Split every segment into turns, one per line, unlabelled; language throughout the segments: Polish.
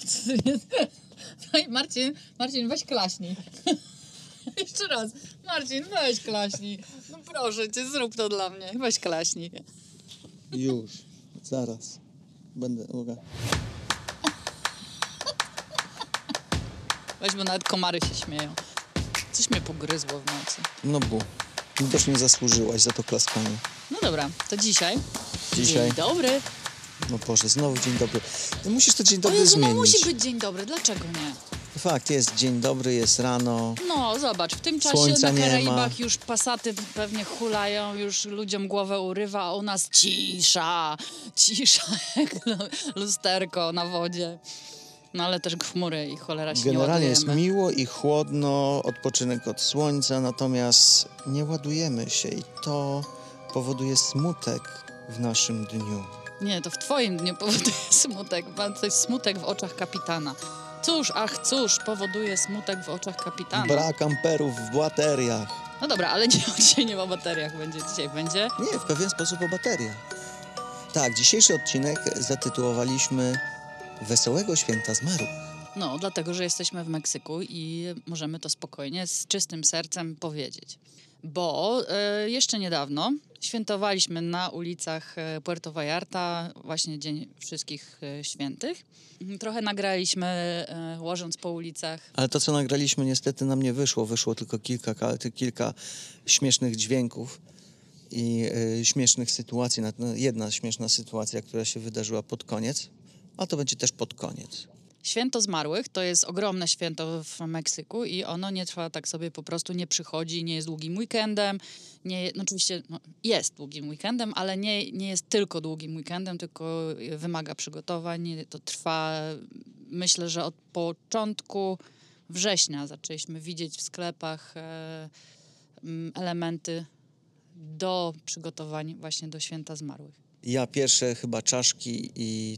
No i Marcin, weź klaśnij. Jeszcze raz. Marcin, weź klaśnij. No proszę cię, zrób to dla mnie. Weź klaśnij.
Już. Zaraz. Uwaga.
Weź, bo nawet komary się śmieją. Coś mnie pogryzło w nocy.
No bo. Też nie zasłużyłaś za to klaskanie.
No dobra, to dzisiaj.
Dzisiaj.
Dzień dobry.
No Boże, znowu dzień dobry. No musisz to dzień
O
dobry
Jezu, no
zmienić.
musi być dzień dobry. Dlaczego nie?
Fakt, jest dzień dobry, jest rano.
No, zobacz, w tym czasie
Słońca
na
nie
Karaibach
ma.
już pasaty pewnie hulają, już ludziom głowę urywa, a u nas cisza, jak lusterko na wodzie. No ale też chmury i cholera się
Generalnie
nie
jest
ładujemy.
miło i chłodno, odpoczynek od słońca, natomiast nie ładujemy się i to powoduje smutek w naszym dniu.
Nie, to w twoim dniu powoduje smutek, to jest smutek w oczach kapitana. Cóż, ach cóż, powoduje smutek w oczach kapitana.
Brak amperów w bateriach.
No dobra, ale dzisiaj nie o bateriach będzie, dzisiaj będzie...
Nie, w pewien sposób o bateriach. Tak, dzisiejszy odcinek zatytułowaliśmy Wesołego Święta Zmarłych.
No, dlatego, że jesteśmy w Meksyku i możemy to spokojnie, z czystym sercem powiedzieć. Bo jeszcze niedawno świętowaliśmy na ulicach Puerto Vallarta właśnie Dzień Wszystkich Świętych. Trochę nagraliśmy łożąc po ulicach.
Ale to, co nagraliśmy, niestety nam nie wyszło. Wyszło tylko kilka śmiesznych dźwięków i śmiesznych sytuacji. Jedna śmieszna sytuacja, która się wydarzyła pod koniec, a to będzie też pod koniec.
Święto Zmarłych to jest ogromne święto w Meksyku i ono nie trwa tak sobie, po prostu nie przychodzi, nie jest długim weekendem. No oczywiście jest długim weekendem, ale nie jest tylko długim weekendem, tylko wymaga przygotowań. To trwa, myślę, że od początku września zaczęliśmy widzieć w sklepach elementy do przygotowań właśnie do Święta Zmarłych.
Ja pierwsze chyba czaszki i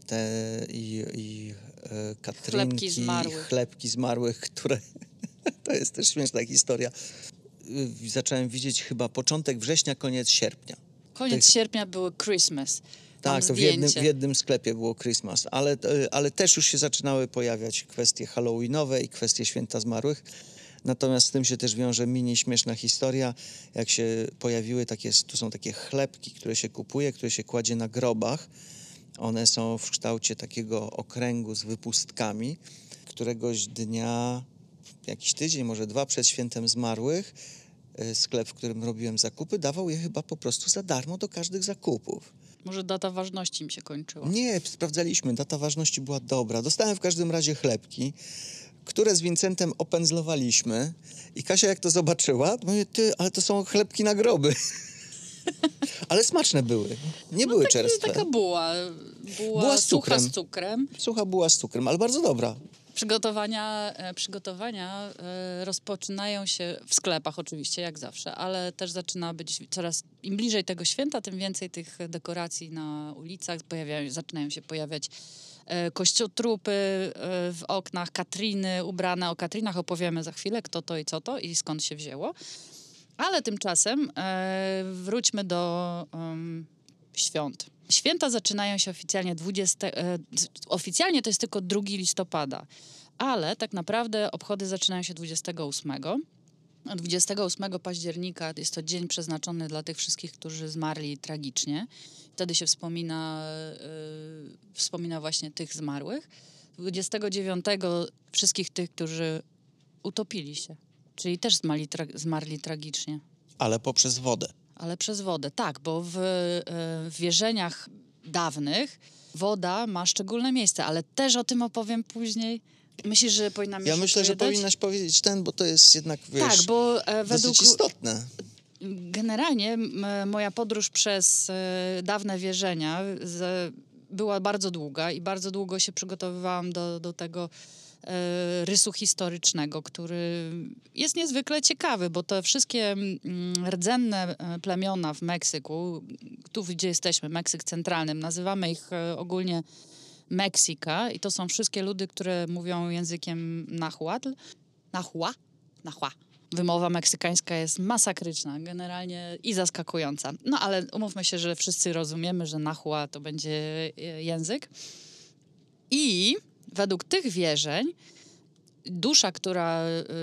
Katrinki, chlebki zmarłych, które... To jest też śmieszna historia. Zacząłem widzieć chyba początek września, koniec sierpnia.
Koniec sierpnia było Christmas.
Tak, to w jednym sklepie było Christmas, ale też już się zaczynały pojawiać kwestie halloweenowe i kwestie Święta Zmarłych. Natomiast z tym się też wiąże mini śmieszna historia, jak się pojawiły tu są takie chlebki, które się kupuje, które się kładzie na grobach. One są w kształcie takiego okręgu z wypustkami. Któregoś dnia, jakiś tydzień, może 2 przed Świętem Zmarłych, sklep, w którym robiłem zakupy, dawał je chyba po prostu za darmo do każdych zakupów.
Może data ważności im się kończyła.
Nie, sprawdzaliśmy, data ważności była dobra. Dostałem w każdym razie chlebki, które z Vincentem opędzlowaliśmy i Kasia jak to zobaczyła, to mówi, ale to są chlebki na groby. Ale smaczne były, nie były czerstwe.
Taka buła
Buła z cukrem.
Sucha z cukrem.
Sucha buła z cukrem, ale bardzo dobra.
Przygotowania rozpoczynają się w sklepach oczywiście, jak zawsze, ale też zaczyna być im bliżej tego święta, tym więcej tych dekoracji na ulicach, zaczynają się pojawiać kościotrupy w oknach, Katriny ubrane. O Katrinach opowiemy za chwilę, kto to i co to i skąd się wzięło. Ale tymczasem wróćmy do świąt. Święta zaczynają się oficjalnie oficjalnie to jest tylko 2 listopada, ale tak naprawdę obchody zaczynają się 28. 28 października jest to dzień przeznaczony dla tych wszystkich, którzy zmarli tragicznie. Wtedy się wspomina właśnie tych zmarłych. 29 wszystkich tych, którzy utopili się, czyli też zmarli tragicznie.
Ale poprzez wodę.
Ale przez wodę, tak, bo w wierzeniach dawnych woda ma szczególne miejsce, ale też o tym opowiem później. Myślisz, że powinnam już
Ja myślę, że
opowiadać?
powinnaś powiedzieć bo to jest jednak, wiesz,
tak, bo
dosyć istotne.
Generalnie moja podróż przez dawne wierzenia była bardzo długa i bardzo długo się przygotowywałam do tego rysu historycznego, który jest niezwykle ciekawy, bo te wszystkie rdzenne plemiona w Meksyku, tu gdzie jesteśmy, Meksyk centralny, nazywamy ich ogólnie Meksika i to są wszystkie ludy, które mówią językiem nahuatl. Nahua. Wymowa meksykańska jest masakryczna generalnie i zaskakująca. No ale umówmy się, że wszyscy rozumiemy, że nahua to będzie język. I według tych wierzeń dusza, która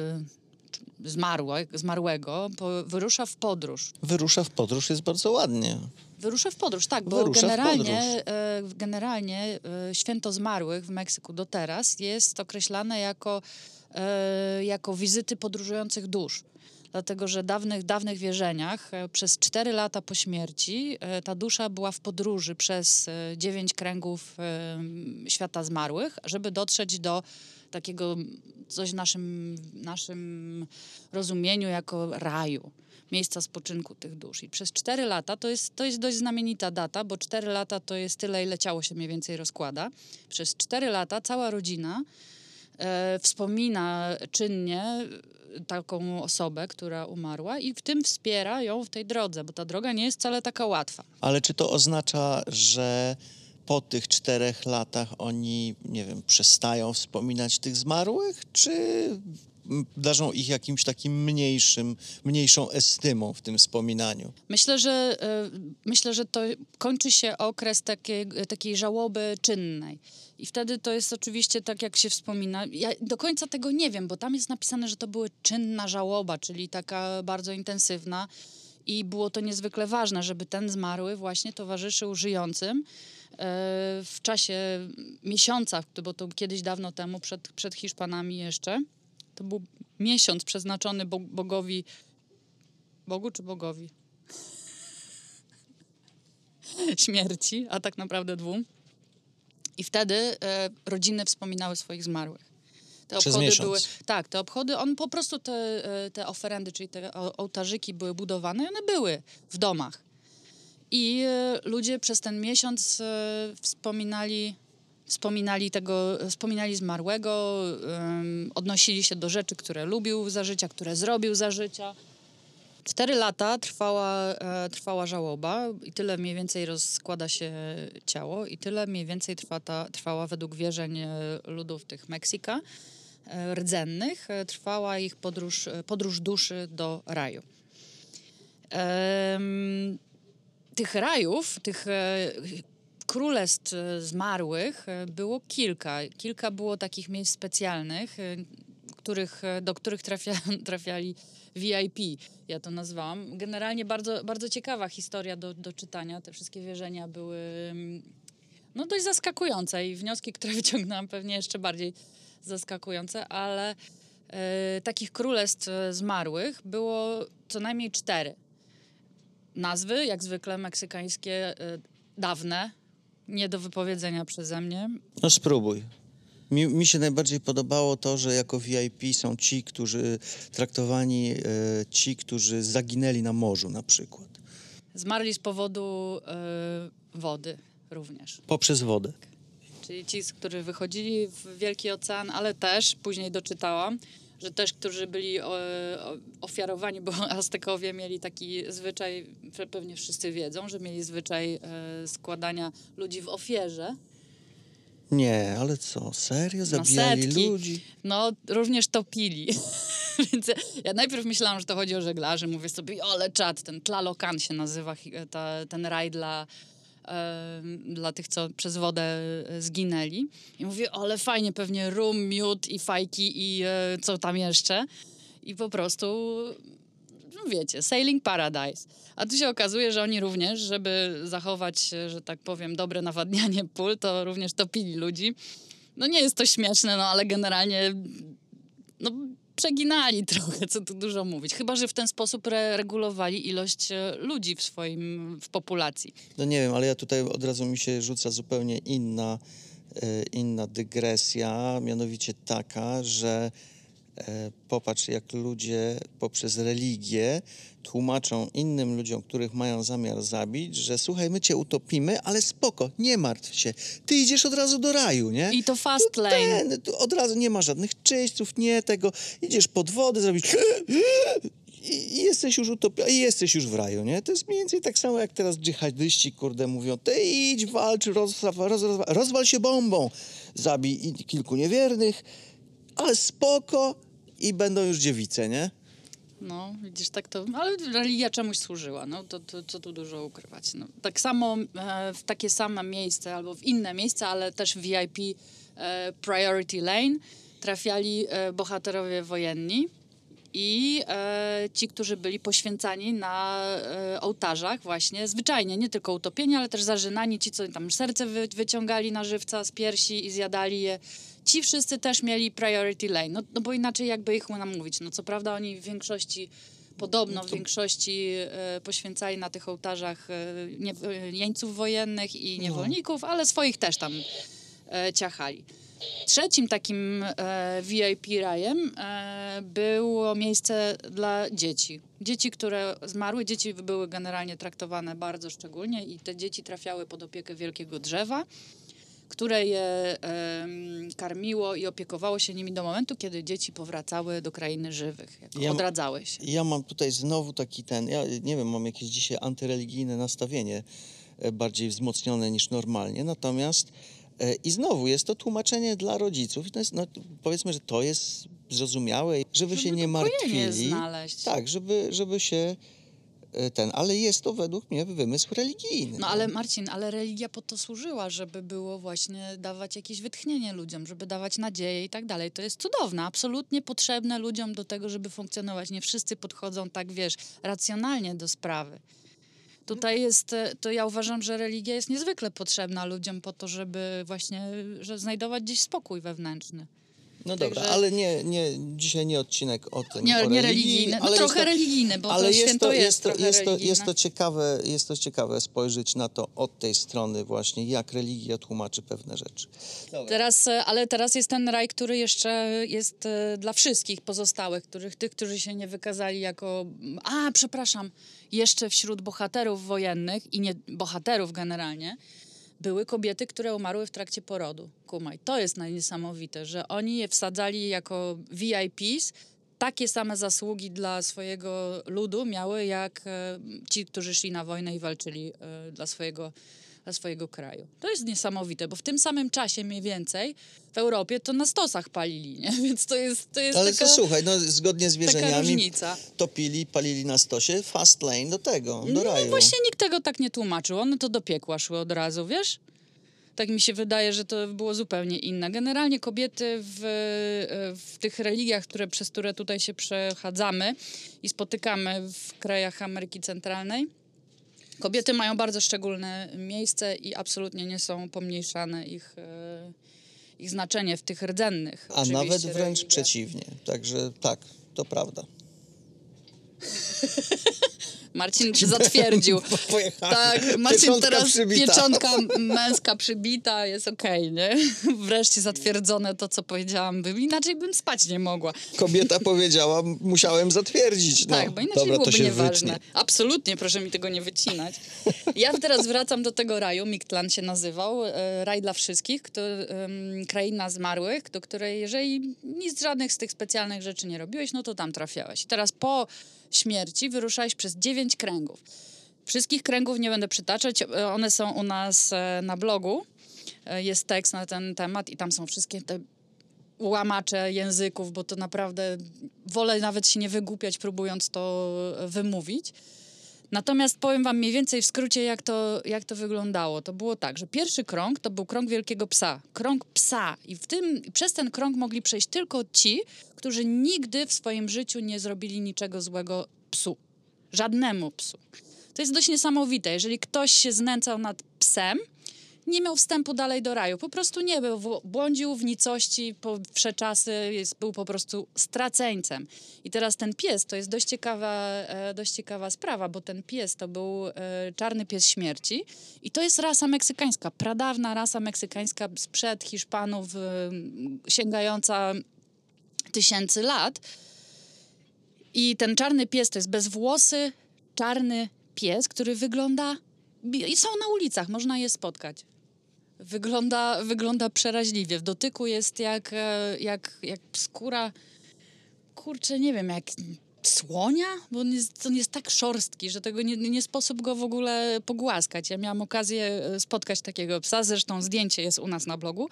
zmarłego wyrusza w podróż.
Wyrusza w podróż jest bardzo ładnie.
Wyrusza w podróż, tak, bo generalnie święto zmarłych w Meksyku do teraz jest określane jako wizyty podróżujących dusz. Dlatego, że w dawnych wierzeniach przez 4 lata po śmierci ta dusza była w podróży przez 9 kręgów świata zmarłych, żeby dotrzeć do takiego coś w naszym rozumieniu jako raju, miejsca spoczynku tych dusz. I przez 4 lata, to jest dość znamienita data, bo 4 lata to jest tyle, ile ciało się mniej więcej rozkłada. Przez 4 lata cała rodzina wspomina czynnie taką osobę, która umarła i w tym wspiera ją w tej drodze, bo ta droga nie jest wcale taka łatwa.
Ale czy to oznacza, że po tych 4 latach oni, nie wiem, przestają wspominać tych zmarłych, czy darzą ich jakimś takim mniejszą estymą w tym wspominaniu?
Myślę, że to kończy się okres takiej żałoby czynnej. I wtedy to jest oczywiście tak, jak się wspomina. Ja do końca tego nie wiem, bo tam jest napisane, że to była czynna żałoba, czyli taka bardzo intensywna. I było to niezwykle ważne, żeby ten zmarły właśnie towarzyszył żyjącym w czasie miesiąca, bo to kiedyś dawno temu, przed Hiszpanami jeszcze, to był miesiąc przeznaczony bogowi. Bogu czy bogowi? Śmierci, a tak naprawdę 2. I wtedy rodziny wspominały swoich zmarłych. Te
przez
obchody
miesiąc.
były. Tak, te obchody, po prostu te oferendy, czyli te ołtarzyki były budowane i one były w domach. I ludzie przez ten miesiąc wspominali zmarłego, odnosili się do rzeczy, które lubił za życia, które zrobił za życia. 4 lata trwała żałoba i tyle mniej więcej rozkłada się ciało i tyle mniej więcej trwała według wierzeń ludów tych Meksyka rdzennych, trwała ich podróż duszy do raju. Tych rajów, tych królestw zmarłych było kilka. Kilka było takich miejsc specjalnych, do których trafiali VIP, ja to nazwałam. Generalnie bardzo, bardzo ciekawa historia do czytania. Te wszystkie wierzenia były dość zaskakujące i wnioski, które wyciągnęłam, pewnie jeszcze bardziej zaskakujące, ale takich królestw zmarłych było co najmniej 4. Nazwy, jak zwykle meksykańskie, dawne, nie do wypowiedzenia przeze mnie.
No spróbuj. Mi się najbardziej podobało to, że jako VIP są ci, którzy zaginęli na morzu na przykład.
Zmarli z powodu wody również.
Poprzez wodę.
Czyli ci, którzy wychodzili w wielki ocean, ale też, później doczytałam, że też, którzy byli ofiarowani, bo Aztekowie mieli taki zwyczaj, pewnie wszyscy wiedzą, że mieli zwyczaj składania ludzi w ofierze.
Nie, ale co? Serio? Zabijali ludzi?
No, również topili. Więc ja najpierw myślałam, że to chodzi o żeglarzy. Mówię sobie, ale czad, ten Tlalocan się nazywa, ten raj dla tych, co przez wodę zginęli. I mówię, ale fajnie, pewnie rum, miód i fajki i co tam jeszcze. I po prostu, wiecie, sailing paradise. A tu się okazuje, że oni również, żeby zachować, że tak powiem, dobre nawadnianie pól, to również topili ludzi. No nie jest to śmieszne, ale generalnie przeginali trochę, co tu dużo mówić. Chyba że w ten sposób regulowali ilość ludzi w populacji.
No nie wiem, ale ja tutaj od razu mi się rzuca zupełnie inna dygresja, mianowicie taka, że popatrz, jak ludzie poprzez religię tłumaczą innym ludziom, których mają zamiar zabić, że słuchaj, my cię utopimy, ale spoko, nie martw się. Ty idziesz od razu do raju, nie?
I to fast lane.
Od razu nie ma żadnych czyśćców, nie tego. Idziesz pod wodę, zrobisz i jesteś już i jesteś już w raju, nie? To jest mniej więcej tak samo, jak teraz dżihadyści, mówią, ty idź, walcz, rozwal się bombą, zabij kilku niewiernych, ale spoko i będą już dziewice, nie?
No, widzisz, tak to... Ale religia czemuś służyła, to co tu dużo ukrywać. Tak samo w takie same miejsce albo w inne miejsca, ale też VIP Priority Lane trafiali bohaterowie wojenni i ci, którzy byli poświęcani na ołtarzach właśnie, zwyczajnie, nie tylko utopieni, ale też zarzynani, ci, co tam serce wyciągali na żywca z piersi i zjadali je. Ci wszyscy też mieli Priority Lane, no bo inaczej jakby ich namówić. No co prawda oni w większości, podobno w większości poświęcali na tych ołtarzach jeńców wojennych i niewolników, ale swoich też tam ciachali. Trzecim takim VIP rajem było miejsce dla dzieci. Dzieci, które zmarły, dzieci były generalnie traktowane bardzo szczególnie i te dzieci trafiały pod opiekę wielkiego drzewa, które je karmiło i opiekowało się nimi do momentu, kiedy dzieci powracały do krainy żywych, odradzały się.
Ja mam tutaj znowu taki ja nie wiem, mam jakieś dzisiaj antyreligijne nastawienie, bardziej wzmocnione niż normalnie, natomiast i znowu jest to tłumaczenie dla rodziców. To jest, powiedzmy, że to jest zrozumiałe, żeby się nie martwili.
Znaleźć.
Tak, żeby się ale jest to według mnie wymysł religijny.
No ale Marcin, ale religia po to służyła, żeby było właśnie dawać jakieś wytchnienie ludziom, żeby dawać nadzieję i tak dalej. To jest cudowne, absolutnie potrzebne ludziom do tego, żeby funkcjonować. Nie wszyscy podchodzą tak, racjonalnie do sprawy. Tutaj to ja uważam, że religia jest niezwykle potrzebna ludziom po to, żeby właśnie znajdować gdzieś spokój wewnętrzny.
No dobra, ale dzisiaj nie odcinek o tym,
nie,
o
nie religijny, no trochę religijny, bo to święto jest
jest to ciekawe spojrzeć na to od tej strony właśnie, jak religia tłumaczy pewne rzeczy.
Ale teraz jest ten raj, który jeszcze jest dla wszystkich pozostałych, tych, którzy się nie wykazali jako... jeszcze wśród bohaterów wojennych i nie bohaterów generalnie, były kobiety, które umarły w trakcie porodu. Kumaj. To jest niesamowite, że oni je wsadzali jako VIPs, takie same zasługi dla swojego ludu miały, jak ci, którzy szli na wojnę i walczyli dla swojego kraju. To jest niesamowite, bo w tym samym czasie mniej więcej w Europie to na stosach palili, nie? Więc to jest
ale
taka,
to słuchaj, zgodnie z wierzeniami topili, palili na stosie, fast lane do tego, do raju.
No właśnie nikt tego tak nie tłumaczył. One to do piekła szły od razu, wiesz? Tak mi się wydaje, że to było zupełnie inne. Generalnie kobiety w tych religiach, przez które tutaj się przechadzamy i spotykamy w krajach Ameryki Centralnej, kobiety mają bardzo szczególne miejsce i absolutnie nie są pomniejszane ich znaczenie w tych rdzennych.
A nawet wręcz przeciwnie. Także tak, to prawda.
Marcin zatwierdził. Tak, Marcin
pieczątka
teraz
przybita.
Pieczątka męska przybita, jest okej, nie? Wreszcie zatwierdzone to, co powiedziałam. Inaczej bym spać nie mogła.
Kobieta powiedziała, musiałem zatwierdzić.
Tak, bo inaczej byłoby nieważne. Wytnie. Absolutnie, proszę mi tego nie wycinać. Ja teraz wracam do tego raju, Mictlan się nazywał, raj dla wszystkich, kraina zmarłych, do której jeżeli nic żadnych z tych specjalnych rzeczy nie robiłeś, no to tam trafiałeś. I teraz po śmierci wyruszałeś przez 9 kręgów. Wszystkich kręgów nie będę przytaczać, one są u nas na blogu. Jest tekst na ten temat i tam są wszystkie te łamacze języków, bo to naprawdę wolę nawet się nie wygłupiać, próbując to wymówić. Natomiast powiem wam mniej więcej w skrócie, jak to wyglądało. To było tak, że pierwszy krąg to był krąg Wielkiego Psa. Krąg psa. I przez ten krąg mogli przejść tylko ci, którzy nigdy w swoim życiu nie zrobili niczego złego psu. Żadnemu psu. To jest dość niesamowite. Jeżeli ktoś się znęcał nad psem, nie miał wstępu dalej do raju. Po prostu nie był. Błądził w nicości po wsze czasy, był po prostu straceńcem. I teraz ten pies, to jest dość ciekawa sprawa, bo ten pies to był czarny pies śmierci i to jest rasa meksykańska, pradawna rasa meksykańska sprzed Hiszpanów, sięgająca tysięcy lat. I ten czarny pies to jest bezwłosy, czarny pies, który wygląda... I są na ulicach, można je spotkać. Wygląda przeraźliwie. W dotyku jest jak skóra, kurczę, nie wiem, jak słonia, bo on jest tak szorstki, że tego nie sposób go w ogóle pogłaskać. Ja miałam okazję spotkać takiego psa, zresztą zdjęcie jest u nas na blogu.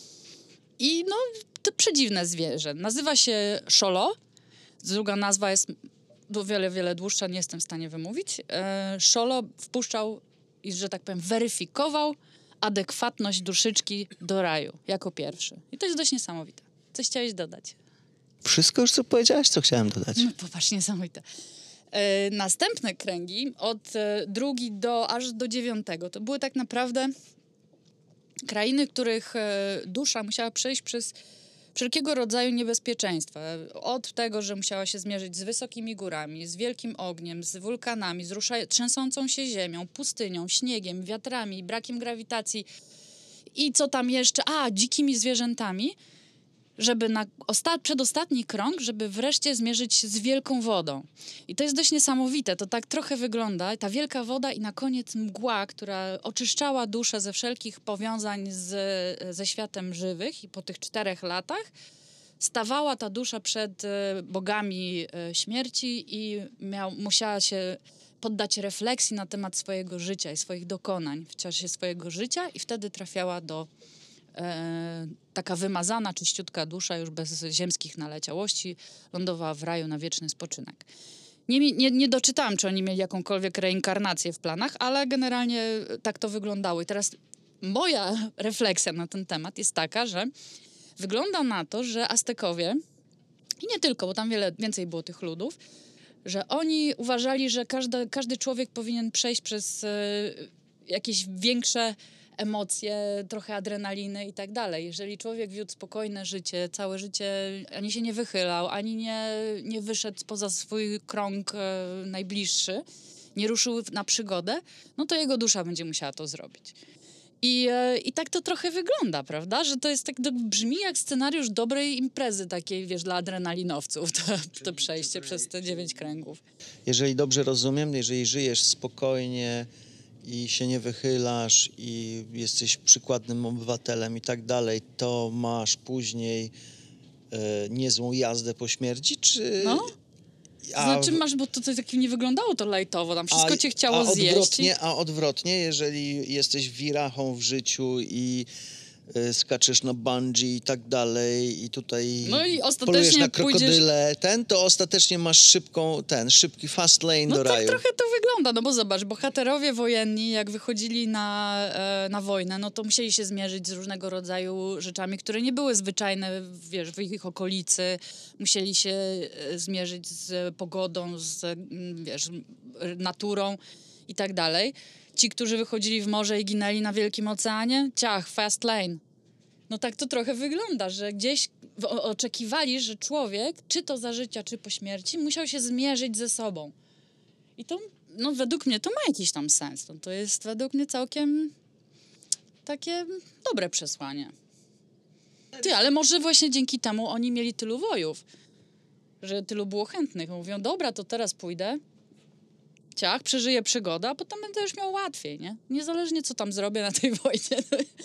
I no, to przedziwne zwierzę. Nazywa się Xolo. Druga nazwa jest wiele, wiele dłuższa, nie jestem w stanie wymówić. Xolo wpuszczał i, że tak powiem, weryfikował adekwatność duszyczki do raju jako pierwszy. I to jest dość niesamowite. Coś chciałeś dodać?
Wszystko już, co powiedziałaś, co chciałem dodać.
No popatrz, niesamowite. Następne kręgi od 2 aż do 9 to były tak naprawdę krainy, których dusza musiała przejść przez wszelkiego rodzaju niebezpieczeństwa. Od tego, że musiała się zmierzyć z wysokimi górami, z wielkim ogniem, z wulkanami, z trzęsącą się ziemią, pustynią, śniegiem, wiatrami, brakiem grawitacji i co tam jeszcze? Dzikimi zwierzętami, żeby na przedostatni krąg, żeby wreszcie zmierzyć się z wielką wodą. I to jest dość niesamowite. To tak trochę wygląda, ta wielka woda i na koniec mgła, która oczyszczała duszę ze wszelkich powiązań ze światem żywych i po tych 4 latach stawała ta dusza przed bogami śmierci i musiała się poddać refleksji na temat swojego życia i swoich dokonań w czasie swojego życia i wtedy trafiała do taka wymazana, czyściutka dusza, już bez ziemskich naleciałości, lądowała w raju na wieczny spoczynek. Nie doczytałam, czy oni mieli jakąkolwiek reinkarnację w planach, ale generalnie tak to wyglądało. I teraz moja refleksja na ten temat jest taka, że wygląda na to, że Aztekowie, i nie tylko, bo tam więcej było tych ludów, że oni uważali, że każdy człowiek powinien przejść przez jakieś większe emocje, trochę adrenaliny i tak dalej. Jeżeli człowiek wiódł spokojne życie, całe życie ani się nie wychylał, ani nie wyszedł poza swój krąg najbliższy, nie ruszył na przygodę, no to jego dusza będzie musiała to zrobić. I tak to trochę wygląda, prawda? Że to jest brzmi jak scenariusz dobrej imprezy takiej, wiesz, dla adrenalinowców, to przejście przez te 9 kręgów.
Jeżeli dobrze rozumiem, jeżeli żyjesz spokojnie i się nie wychylasz i jesteś przykładnym obywatelem i tak dalej, to masz później niezłą jazdę po śmierci, czy...
No. Znaczy masz, bo to tak nie wyglądało to lajtowo, tam wszystko cię chciało zjeść.
A odwrotnie, jeżeli jesteś wirachą w życiu i skaczesz na bungee i tak dalej i tutaj polujesz na krokodyle, to ostatecznie masz szybki fast lane do raju.
No tak trochę to wygląda, no bo zobacz, bohaterowie wojenni, jak wychodzili na wojnę, no to musieli się zmierzyć z różnego rodzaju rzeczami, które nie były zwyczajne, wiesz, w ich okolicy. Musieli się zmierzyć z pogodą, z, wiesz, naturą i tak dalej. Ci, którzy wychodzili w morze i ginęli na wielkim oceanie, fast lane. No tak to trochę wygląda, że gdzieś oczekiwali, że człowiek, czy to za życia, czy po śmierci, musiał się zmierzyć ze sobą. I to, no według mnie, to ma jakiś tam sens. To jest według mnie całkiem takie dobre przesłanie. Ale może właśnie dzięki temu oni mieli tylu wojów, że tylu było chętnych. Mówią, dobra, to teraz pójdę, przeżyję przygodę, a potem będę już miał łatwiej, nie? Niezależnie, co tam zrobię na tej wojnie,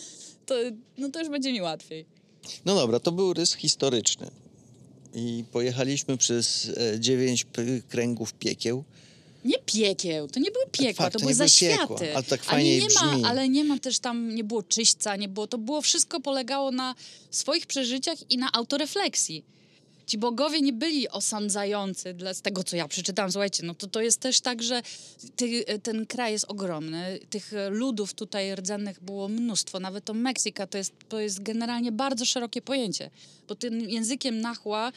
to już będzie mi łatwiej.
No dobra, to był rys historyczny. I pojechaliśmy przez 9 kręgów piekieł.
Nie piekieł, to nie były piekła, to były zaświaty.
Ale tak fajnie brzmi.
Ale nie ma też tam, nie było czyśćca, to było, wszystko polegało na swoich przeżyciach i na autorefleksji. Ci bogowie nie byli osądzający, z tego, co ja przeczytałam. Słuchajcie, no to jest też tak, że ten kraj jest ogromny. Tych ludów tutaj rdzennych było mnóstwo. Nawet to Meksyka to jest generalnie bardzo szerokie pojęcie. Bo tym językiem Nahua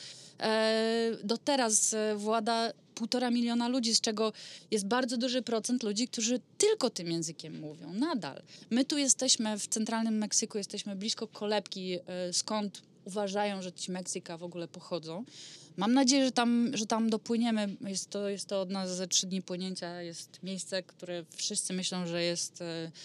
do teraz włada 1,5 miliona ludzi, z czego jest bardzo duży procent ludzi, którzy tylko tym językiem mówią. Nadal. My tu jesteśmy w centralnym Meksyku, jesteśmy blisko kolebki, skąd uważają, że ci Meksyka w ogóle pochodzą. Mam nadzieję, że tam dopłyniemy. Jest to od nas ze 3 dni płynięcia. Jest miejsce, które wszyscy myślą, że jest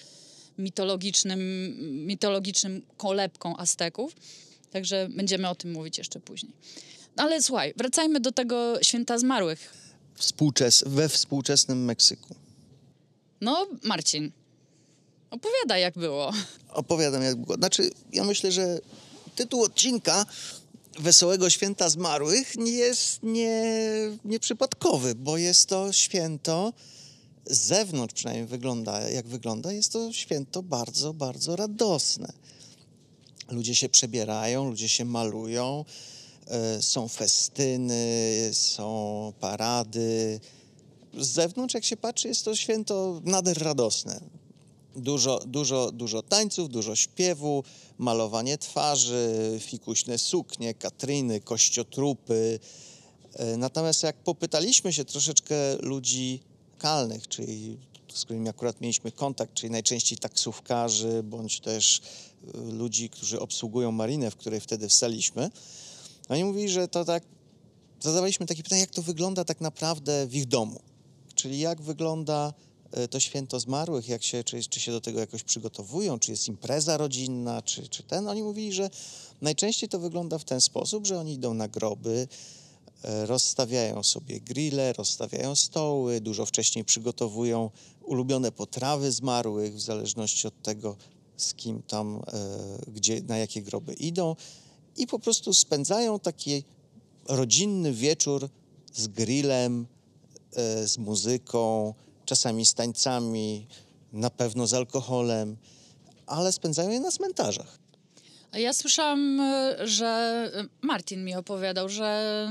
mitologicznym kolebką Azteków. Także będziemy o tym mówić jeszcze później. Ale słuchaj, wracajmy do tego święta zmarłych.
We współczesnym Meksyku.
No, Marcin, opowiadaj, jak było.
Opowiadam, jak było. Znaczy, ja myślę, że tytuł odcinka Wesołego Święta Zmarłych jest nieprzypadkowy, bo jest to święto, z zewnątrz przynajmniej wygląda, jest to święto bardzo, bardzo radosne. Ludzie się przebierają, ludzie się malują, są festyny, są parady. Z zewnątrz, jak się patrzy, jest to święto nader radosne. Dużo tańców, dużo śpiewu, malowanie twarzy, fikuśne suknie, katryny, kościotrupy. Natomiast jak popytaliśmy się troszeczkę ludzi lokalnych, czyli z którymi akurat mieliśmy kontakt, czyli najczęściej taksówkarzy, bądź też ludzi, którzy obsługują marinę, w której wtedy wstaliśmy, oni mówili, że to tak, zadawaliśmy takie pytanie, jak to wygląda tak naprawdę w ich domu. Czyli jak wygląda to święto zmarłych, czy się do tego jakoś przygotowują, czy jest impreza rodzinna, czy ten. Oni mówili, że najczęściej to wygląda w ten sposób, że oni idą na groby, rozstawiają sobie grille, rozstawiają stoły, dużo wcześniej przygotowują ulubione potrawy zmarłych, w zależności od tego, z kim tam, na jakie groby idą i po prostu spędzają taki rodzinny wieczór z grillem, z muzyką, czasami z tańcami, na pewno z alkoholem, ale spędzają je na cmentarzach.
A ja słyszałam, że Martin mi opowiadał, że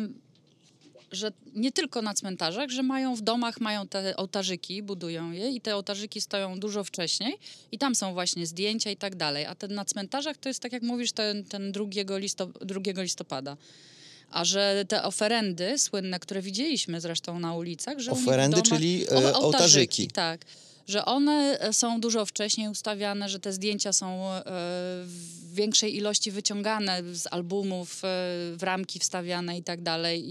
nie tylko na cmentarzach, że mają w domach, mają te ołtarzyki, budują je i te ołtarzyki stoją dużo wcześniej i tam są właśnie zdjęcia i tak dalej. A ten na cmentarzach to jest, tak jak mówisz, ten 2 listopada. A że te oferendy słynne, które widzieliśmy zresztą na ulicach, że
oferendy,
u nich w domach,
czyli ołtarzyki.
Tak, że one są dużo wcześniej ustawiane, że te zdjęcia są w większej ilości wyciągane z albumów, w ramki wstawiane i tak dalej.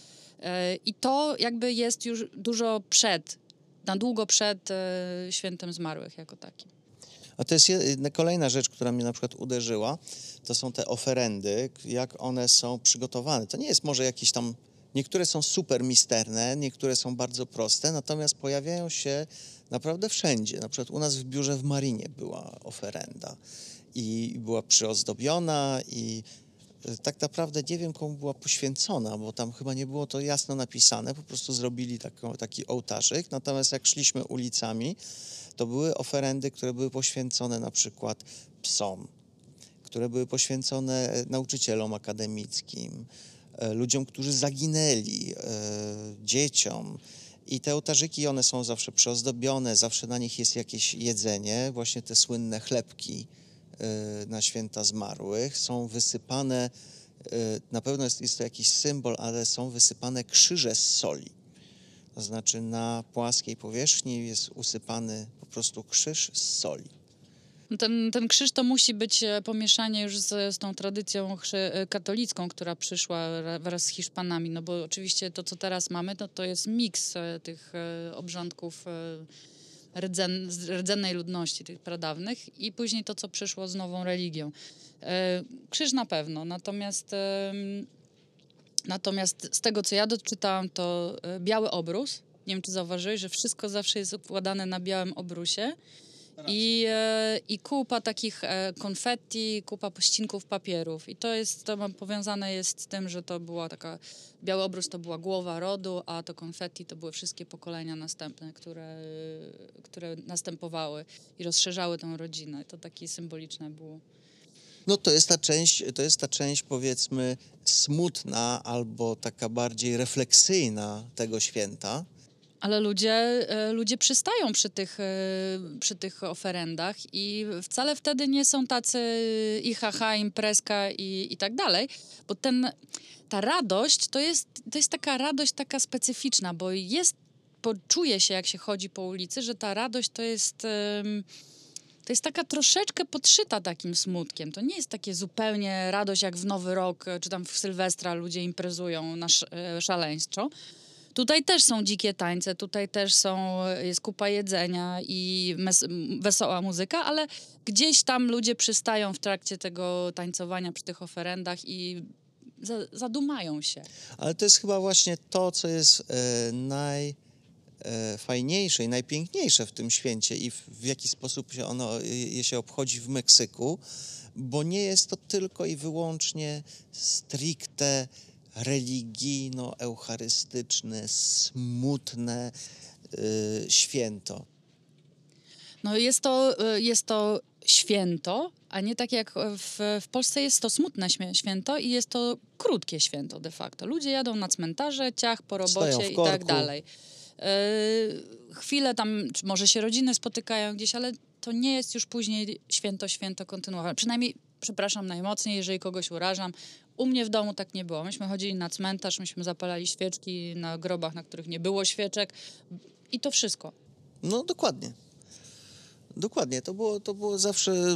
I to jakby jest już dużo na długo przed Świętem Zmarłych jako takim.
A to jest kolejna rzecz, która mnie na przykład uderzyła, to są te oferendy, jak one są przygotowane. To nie jest może jakieś tam, niektóre są super misterne, niektóre są bardzo proste, natomiast pojawiają się naprawdę wszędzie. Na przykład u nas w biurze w Marinie była oferenda i była przyozdobiona i tak naprawdę nie wiem, komu była poświęcona, bo tam chyba nie było to jasno napisane, po prostu zrobili taki ołtarzyk, natomiast jak szliśmy ulicami, to były oferendy, które były poświęcone na przykład psom, które były poświęcone nauczycielom akademickim, ludziom, którzy zaginęli, dzieciom. I te ołtarzyki, one są zawsze przyozdobione, zawsze na nich jest jakieś jedzenie, właśnie te słynne chlebki na święta zmarłych. Są wysypane, na pewno jest to jakiś symbol, ale są wysypane krzyże z soli. To znaczy na płaskiej powierzchni jest usypany po prostu krzyż z soli.
Ten krzyż to musi być pomieszanie już z tą tradycją katolicką, która przyszła wraz z Hiszpanami, no bo oczywiście to, co teraz mamy, to jest miks tych obrządków rdzennej ludności, tych pradawnych i później to, co przyszło z nową religią. Krzyż na pewno, natomiast z tego, co ja doczytałam, to biały obrus. Nie wiem, czy zauważyłeś, że wszystko zawsze jest układane na białym obrusie. I kupa takich konfetti, kupa pościnków papierów. I to powiązane jest z tym, że to była biały obrus to była głowa rodu, a to konfetti to były wszystkie pokolenia następne, które następowały i rozszerzały tę rodzinę. To takie symboliczne było.
No to jest ta część powiedzmy smutna albo taka bardziej refleksyjna tego święta.
Ale ludzie przystają przy tych oferendach i wcale wtedy nie są tacy i haha, imprezka i tak dalej, bo ta radość to jest taka radość taka specyficzna, bo czuje się, jak się chodzi po ulicy, że ta radość to jest taka troszeczkę podszyta takim smutkiem. To nie jest takie zupełnie radość jak w Nowy Rok, czy tam w Sylwestra ludzie imprezują szaleńczo. Tutaj też są dzikie tańce, tutaj też jest kupa jedzenia i wesoła muzyka, ale gdzieś tam ludzie przystają w trakcie tego tańcowania przy tych oferendach i zadumają się.
Ale to jest chyba właśnie to, co jest najfajniejsze i najpiękniejsze w tym święcie i w jaki sposób je się obchodzi w Meksyku, bo nie jest to tylko i wyłącznie stricte religijno-eucharystyczne, smutne święto.
No jest to święto, a nie tak jak w Polsce jest to smutne święto i jest to krótkie święto de facto. Ludzie jadą na cmentarze, ciach po robocie i tak dalej. Chwilę tam, może się rodziny spotykają gdzieś, ale to nie jest już później święto kontynuowane. Przynajmniej, przepraszam najmocniej, jeżeli kogoś urażam. U mnie w domu tak nie było. Myśmy chodzili na cmentarz, myśmy zapalali świeczki na grobach, na których nie było świeczek i to wszystko.
No dokładnie. Dokładnie. To było zawsze...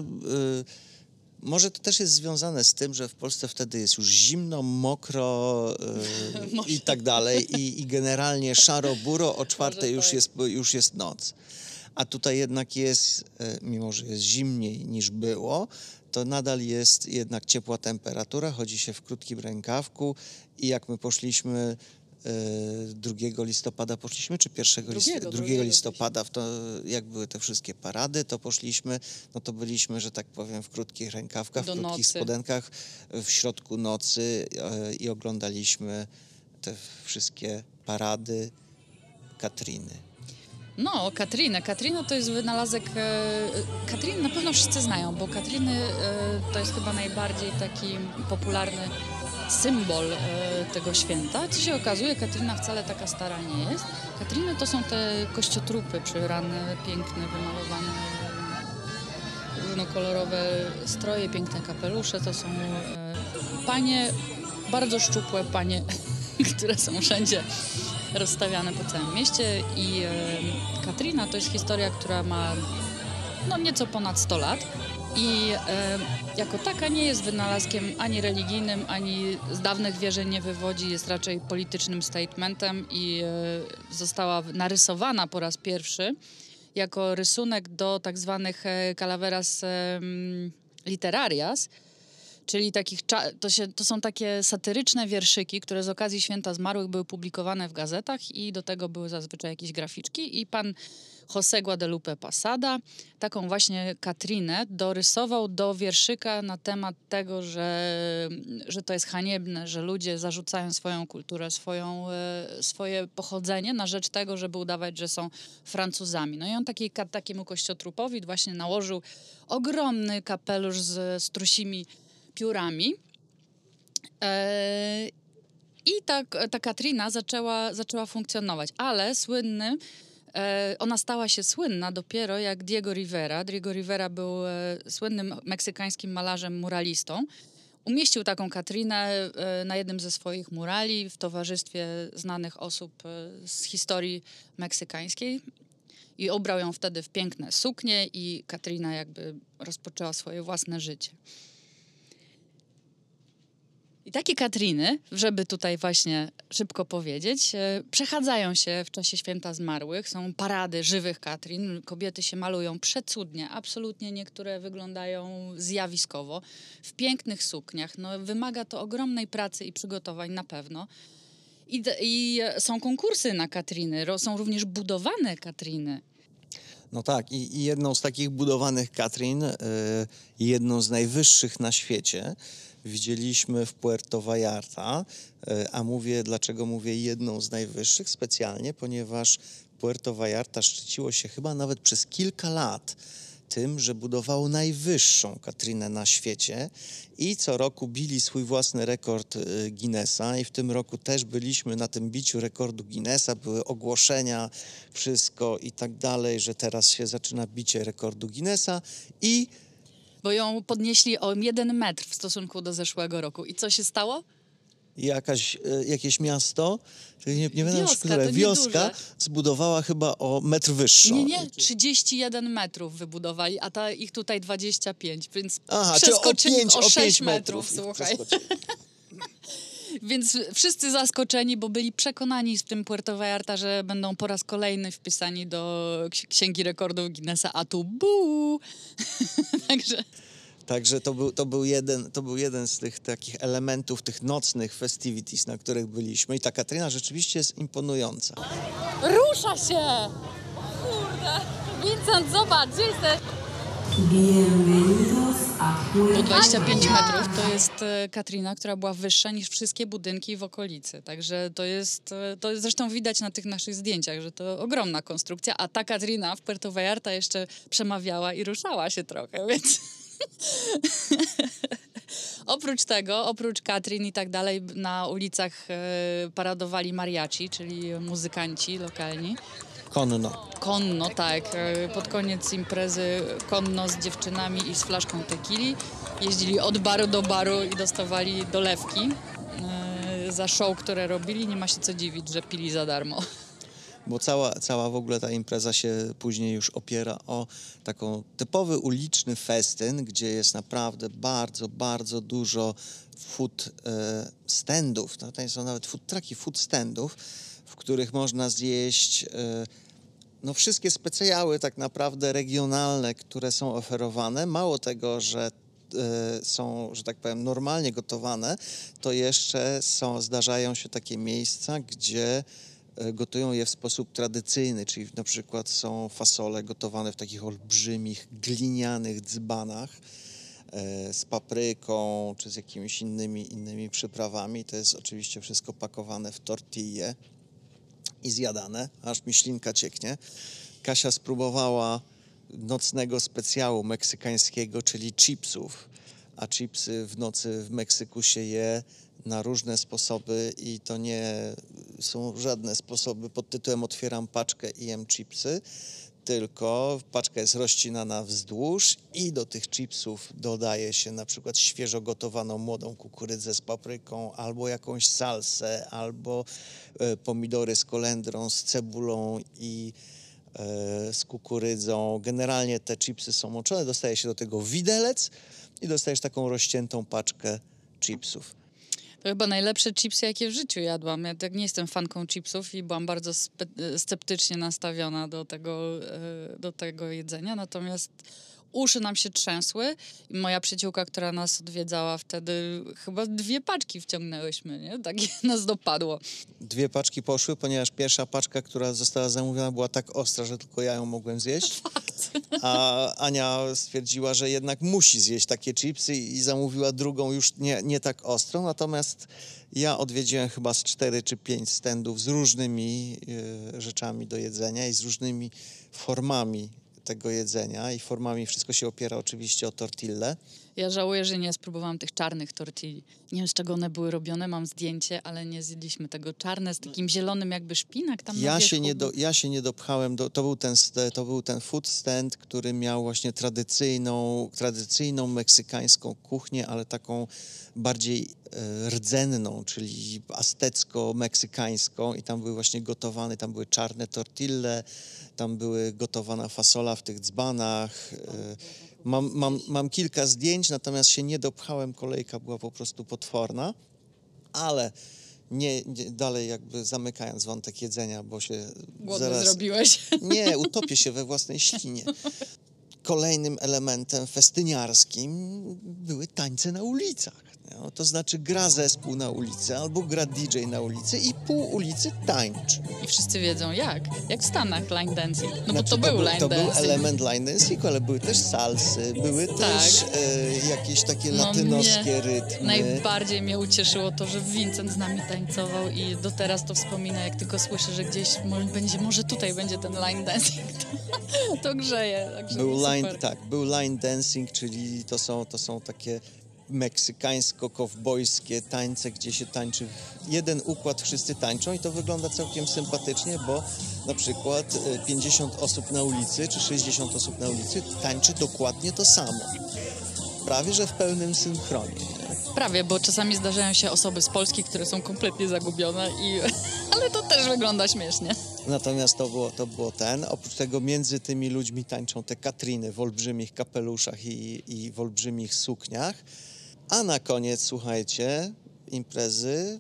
Może to też jest związane z tym, że w Polsce wtedy jest już zimno, mokro i tak dalej i generalnie szaro-buro, o 4:00 już jest noc. A tutaj jednak jest, mimo że jest zimniej niż było, to nadal jest jednak ciepła temperatura, chodzi się w krótkim rękawku i jak my poszliśmy 2 listopada poszliśmy, czy 2 listopada, jak były te wszystkie parady, to poszliśmy, no to byliśmy, że tak powiem, w krótkich rękawkach, w krótkich spodenkach, w środku nocy i oglądaliśmy te wszystkie parady Katriny.
No, Katrina to jest wynalazek... Katrinę na pewno wszyscy znają, bo Katriny to jest chyba najbardziej taki popularny symbol tego święta. Co się okazuje, Katrina wcale taka stara nie jest. Katriny to są te kościotrupy przyrane, piękne, wymalowane, różnokolorowe stroje, piękne kapelusze. To są panie, bardzo szczupłe panie, które są wszędzie rozstawiane po całym mieście i Katrina to jest historia, która ma nieco ponad 100 lat i jako taka nie jest wynalazkiem ani religijnym, ani z dawnych wierzeń nie wywodzi, jest raczej politycznym statementem i została narysowana po raz pierwszy jako rysunek do tak zwanych calaveras literarias, czyli to są takie satyryczne wierszyki, które z okazji Święta Zmarłych były publikowane w gazetach i do tego były zazwyczaj jakieś graficzki i pan José Guadalupe Posada taką właśnie Katrinę dorysował do wierszyka na temat tego, że to jest haniebne, że ludzie zarzucają swoją kulturę, swoje pochodzenie na rzecz tego, żeby udawać, że są Francuzami. No i on takiemu kościotrupowi właśnie nałożył ogromny kapelusz z strusimi piórami. I ta Katrina zaczęła funkcjonować, ale ona stała się słynna dopiero jak Diego Rivera. Diego Rivera był słynnym meksykańskim malarzem muralistą. Umieścił taką Katrinę na jednym ze swoich murali w towarzystwie znanych osób z historii meksykańskiej i ubrał ją wtedy w piękne suknie i Katrina jakby rozpoczęła swoje własne życie. I takie Katriny, żeby tutaj właśnie szybko powiedzieć, przechadzają się w czasie Święta Zmarłych. Są parady żywych Katrin. Kobiety się malują przecudnie, absolutnie niektóre wyglądają zjawiskowo, w pięknych sukniach. No, wymaga to ogromnej pracy i przygotowań na pewno. I są konkursy na Katriny, są również budowane Katriny.
No tak, i jedną z takich budowanych Katrin, jedną z najwyższych na świecie, widzieliśmy w Puerto Vallarta, dlaczego mówię jedną z najwyższych? Specjalnie, ponieważ Puerto Vallarta szczyciło się chyba nawet przez kilka lat tym, że budowało najwyższą Katrinę na świecie i co roku bili swój własny rekord Guinnessa i w tym roku też byliśmy na tym biciu rekordu Guinnessa, były ogłoszenia, wszystko i tak dalej, że teraz się zaczyna bicie rekordu Guinnessa
bo ją podnieśli o 1 metr w stosunku do zeszłego roku. I co się stało?
Jakieś miasto, nie wiem, które
wioska
zbudowała chyba o metr wyższą.
Nie, 31 metrów wybudowali, a ich tutaj 25, więc
przeskoczyli
o 6 metrów, słuchaj. Więc wszyscy zaskoczeni, bo byli przekonani w tym Puerto Vallarta, że będą po raz kolejny wpisani do Księgi Rekordów Guinnessa, a tu
Także to był jeden z tych takich elementów, tych nocnych festivities, na których byliśmy. I ta Katryna rzeczywiście jest imponująca.
Rusza się! Kurde! Vincent, zobacz, gdzie jesteś? Po 25 metrów to jest Katrina, która była wyższa niż wszystkie budynki w okolicy. Także to zresztą widać na tych naszych zdjęciach, że to ogromna konstrukcja, a ta Katrina w Puerto Vallarta jeszcze przemawiała i ruszała się trochę, więc... Oprócz Katrin i tak dalej, na ulicach paradowali mariachi, czyli muzykanci lokalni.
Konno.
Konno, tak. Pod koniec imprezy konno z dziewczynami i z flaszką tequili. Jeździli od baru do baru i dostawali dolewki za show, które robili. Nie ma się co dziwić, że pili za darmo.
Bo cała w ogóle ta impreza się później już opiera o taką typowy uliczny festyn, gdzie jest naprawdę bardzo, bardzo dużo food standów. No, to są nawet food trucki, food standów, w których można zjeść no, wszystkie specjały tak naprawdę regionalne, które są oferowane. Mało tego, że są, że tak powiem, normalnie gotowane, to jeszcze zdarzają się takie miejsca, gdzie gotują je w sposób tradycyjny, czyli na przykład są fasole gotowane w takich olbrzymich, glinianych dzbanach z papryką czy z jakimiś innymi przyprawami. To jest oczywiście wszystko pakowane w tortille i zjadane, aż mi ślinka cieknie. Kasia spróbowała nocnego specjału meksykańskiego, czyli chipsów, a chipsy w nocy w Meksyku się je na różne sposoby i to nie są żadne sposoby pod tytułem otwieram paczkę i jem chipsy, tylko paczka jest rozcinana wzdłuż i do tych chipsów dodaje się na przykład świeżo gotowaną młodą kukurydzę z papryką, albo jakąś salsę, albo pomidory z kolendrą, z cebulą i z kukurydzą. Generalnie te chipsy są moczone, dostaje się do tego widelec i dostajesz taką rozciętą paczkę chipsów.
To chyba najlepsze chipsy, jakie w życiu jadłam. Ja tak nie jestem fanką chipsów i byłam bardzo sceptycznie nastawiona do tego jedzenia, natomiast uszy nam się trzęsły i moja przyjaciółka, która nas odwiedzała wtedy, chyba 2 paczki wciągnęłyśmy, nie? Tak nas dopadło.
2 paczki poszły, ponieważ pierwsza paczka, która została zamówiona, była tak ostra, że tylko ja ją mogłem zjeść.
Fakt.
A Ania stwierdziła, że jednak musi zjeść takie chipsy i zamówiła drugą już nie tak ostrą. Natomiast ja odwiedziłem chyba z 4 czy 5 standów z różnymi rzeczami do jedzenia i z różnymi formami tego jedzenia i formami. Wszystko się opiera oczywiście o tortille.
Ja żałuję, że nie spróbowałam tych czarnych tortilli. Nie wiem, z czego one były robione, mam zdjęcie, ale nie zjedliśmy tego. Czarne z takim zielonym jakby szpinak tam na wierzchu.
Ja się nie dopchałem, to był ten food stand, który miał właśnie tradycyjną meksykańską kuchnię, ale taką bardziej rdzenną, czyli aztecko-meksykańską i tam były właśnie gotowane, tam były czarne tortille, tam były gotowana fasola w tych dzbanach. Mam kilka zdjęć, natomiast się nie dopchałem, kolejka była po prostu potworna, ale nie dalej jakby zamykając wątek jedzenia, bo się
Głodny zrobiłeś.
Nie, utopię się we własnej ślinie. Kolejnym elementem festyniarskim były tańce na ulicach. No, to znaczy gra zespół na ulicy albo gra DJ na ulicy i pół ulicy tańczy.
I wszyscy wiedzą jak. Jak w Stanach line dancing. No
znaczy,
bo to był line dancing.
To był element line dancingu, ale były też salsy, były też jakieś takie latynoskie rytmy.
Najbardziej mnie ucieszyło to, że Vincent z nami tańcował i do teraz to wspomina, jak tylko słyszę, że gdzieś może tutaj będzie ten line dancing. To grzeje.
Był line dancing, czyli to są takie meksykańsko-kowbojskie tańce, gdzie się tańczy jeden układ, wszyscy tańczą i to wygląda całkiem sympatycznie, bo na przykład 50 osób na ulicy czy 60 osób na ulicy tańczy dokładnie to samo. Prawie, że w pełnym synchronie.
Prawie, bo czasami zdarzają się osoby z Polski, które są kompletnie zagubione ale to też wygląda śmiesznie.
Natomiast oprócz tego między tymi ludźmi tańczą te Katriny w olbrzymich kapeluszach i w olbrzymich sukniach. A na koniec, słuchajcie, imprezy.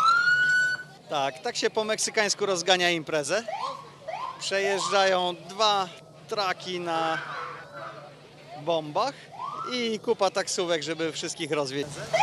Tak się po meksykańsku rozgania imprezę. Przejeżdżają 2 traki na bombach i kupa taksówek, żeby wszystkich rozwieźć.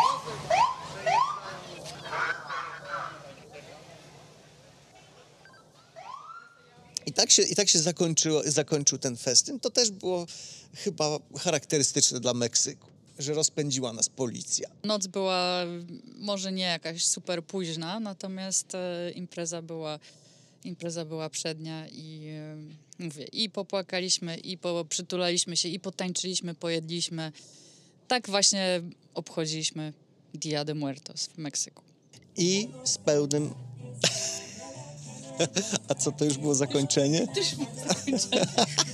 I tak się zakończył ten festyn. To też było chyba charakterystyczne dla Meksyku, że rozpędziła nas policja.
Noc była może nie jakaś super późna, natomiast impreza była przednia i mówię, i popłakaliśmy, i przytulaliśmy się, i potańczyliśmy, pojedliśmy. Tak właśnie obchodziliśmy Dia de Muertos w Meksyku.
I z pełnym A co, to już było zakończenie?
To już było zakończenie.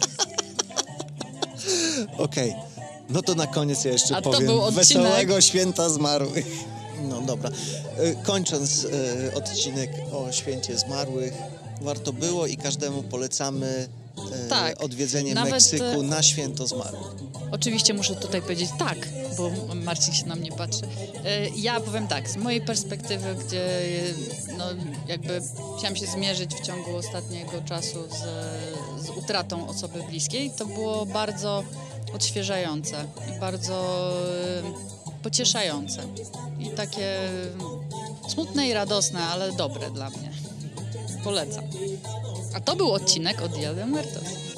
Okej. No to na koniec ja jeszcze
A to
powiem
był odcinek.
Wesołego Święta Zmarłych. No dobra. Kończąc odcinek o Święcie Zmarłych, warto było i każdemu polecamy
Tak.
odwiedzenie
Nawet,
Meksyku na Święto Zmarłych.
Oczywiście muszę tutaj powiedzieć tak, bo Marcin się na mnie patrzy. Ja powiem tak, z mojej perspektywy, gdzie no, jakby chciałam się zmierzyć w ciągu ostatniego czasu z utratą osoby bliskiej, to było bardzo odświeżające i bardzo pocieszające. I takie smutne i radosne, ale dobre dla mnie. Polecam. A to był odcinek od Dia de Muertos.